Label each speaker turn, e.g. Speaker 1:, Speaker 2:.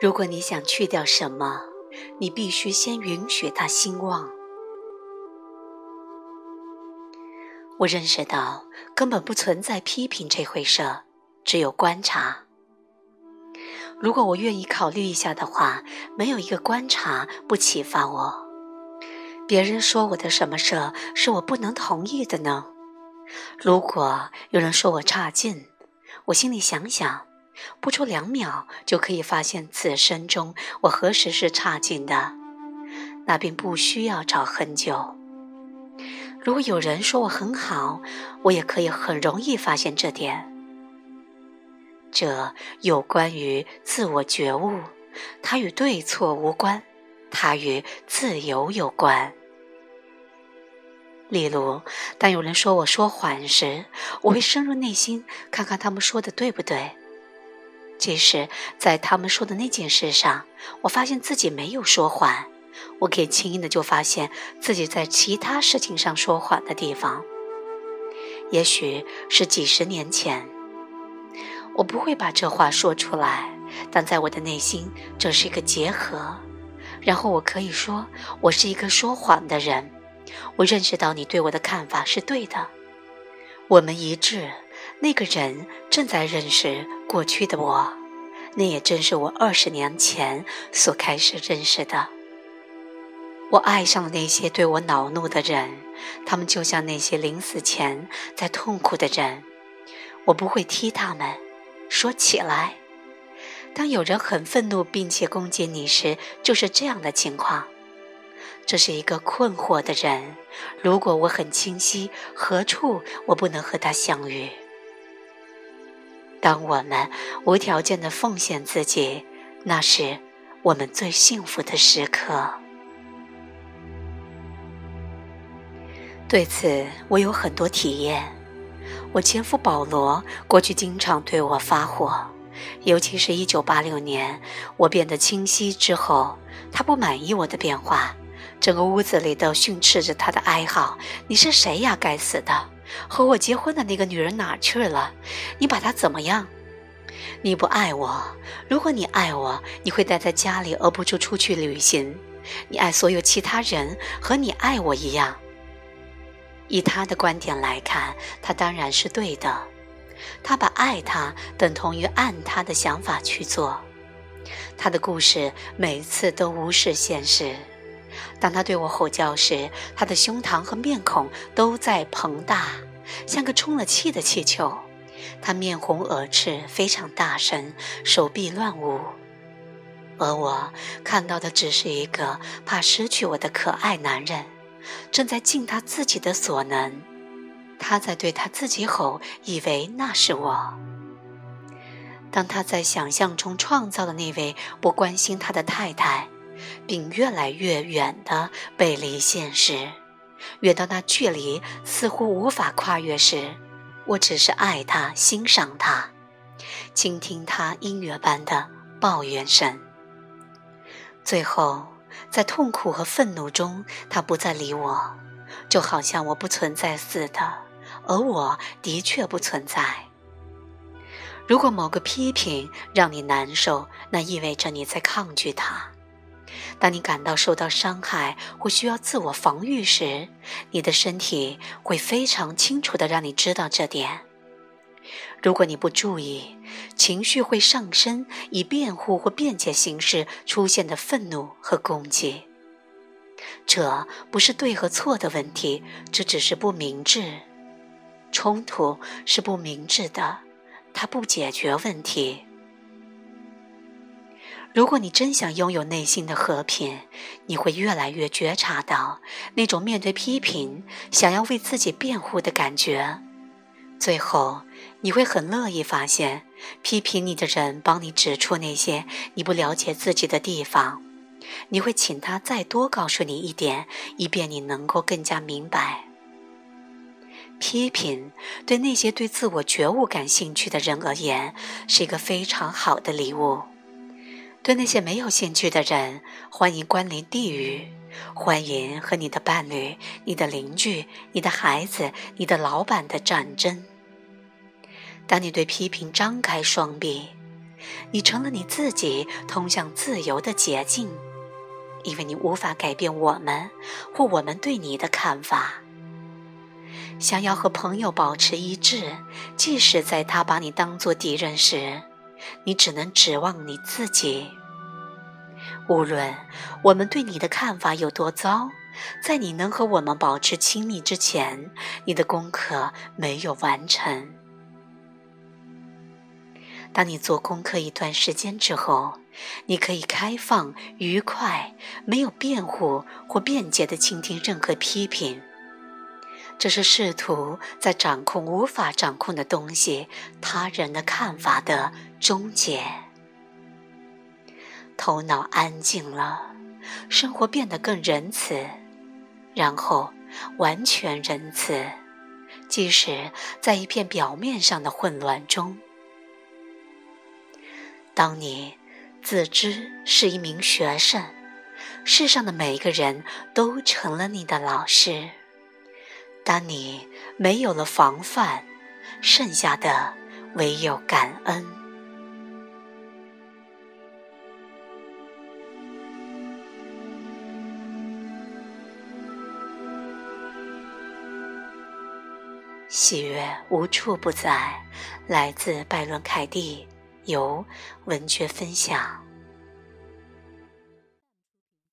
Speaker 1: 如果你想去掉什么，你必须先允许它兴旺。我认识到根本不存在批评这回事，只有观察。如果我愿意考虑一下的话，没有一个观察不启发我。别人说我的什么事是我不能同意的呢？如果有人说我差劲，我心里想想，不出2秒就可以发现此生中我何时是差劲的，那并不需要找很久。如果有人说我很好，我也可以很容易发现这点。这有关于自我觉悟，它与对错无关，它与自由有关。例如，当有人说我说谎时，我会深入内心看看他们说的对不对。即使在他们说的那件事上，我发现自己没有说谎，我可以轻易的就发现自己在其他事情上说谎的地方。也许是几十年前，我不会把这话说出来，但在我的内心这是一个结合，然后我可以说我是一个说谎的人。我认识到你对我的看法是对的，我们一致，那个人正在认识过去的我，那也正是我20年前所开始认识的。我爱上了那些对我恼怒的人，他们就像那些临死前在痛苦的人，我不会踢他们。说起来，当有人很愤怒并且攻击你时，就是这样的情况。这是一个困惑的人，如果我很清晰何处我不能和他相遇。当我们无条件地奉献自己，那是我们最幸福的时刻。对此我有很多体验。我前夫保罗过去经常对我发火，尤其是1986年我变得清晰之后，他不满意我的变化，整个屋子里都训斥着他的哀嚎：你是谁呀，该死的，和我结婚的那个女人哪去了？你把她怎么样？你不爱我，如果你爱我，你会待在家里而不出去旅行。你爱所有其他人，和你爱我一样。以他的观点来看，他当然是对的。他把爱他等同于按他的想法去做。他的故事每次都无视现实。当他对我吼叫时，他的胸膛和面孔都在膨大，像个充了气的气球。他面红耳赤，非常大声，手臂乱舞。而我看到的只是一个怕失去我的可爱男人，正在尽他自己的所能。他在对他自己吼，以为那是我。当他在想象中创造的那位不关心他的太太，并越来越远地背离现实，远到那距离似乎无法跨越时，我只是爱他，欣赏他，倾听他音乐般的抱怨声。最后在痛苦和愤怒中，他不再理我，就好像我不存在似的，而我的确不存在。如果某个批评让你难受，那意味着你在抗拒它。当你感到受到伤害或需要自我防御时，你的身体会非常清楚地让你知道这点。如果你不注意，情绪会上升，以辩护或辩解形式出现的愤怒和攻击。这不是对和错的问题，这只是不明智。冲突是不明智的，它不解决问题。如果你真想拥有内心的和平，你会越来越觉察到那种面对批评想要为自己辩护的感觉。最后你会很乐意发现，批评你的人帮你指出那些你不了解自己的地方。你会请他再多告诉你一点，以便你能够更加明白。批评对那些对自我觉悟感兴趣的人而言，是一个非常好的礼物。对那些没有兴趣的人，欢迎光临地狱，欢迎和你的伴侣、你的邻居、你的孩子、你的老板的战争。当你对批评张开双臂， 你成了你自己通向自由的捷径，因为你无法改变我们或我们对你的看法。想要和朋友保持一致，即使在他把你当作敌人时，你只能指望你自己。无论我们对你的看法有多糟，在你能和我们保持亲密之前，你的功课没有完成。当你做功课一段时间之后，你可以开放、愉快、没有辩护或辩解地倾听任何批评。这是试图在掌控无法掌控的东西、他人的看法的终结。头脑安静了，生活变得更仁慈，然后完全仁慈，即使在一片表面上的混乱中。当你自知是一名学生，世上的每一个人都成了你的老师。当你没有了防范，剩下的唯有感恩。喜悦无处不在，来自拜伦凯蒂，由文学分享。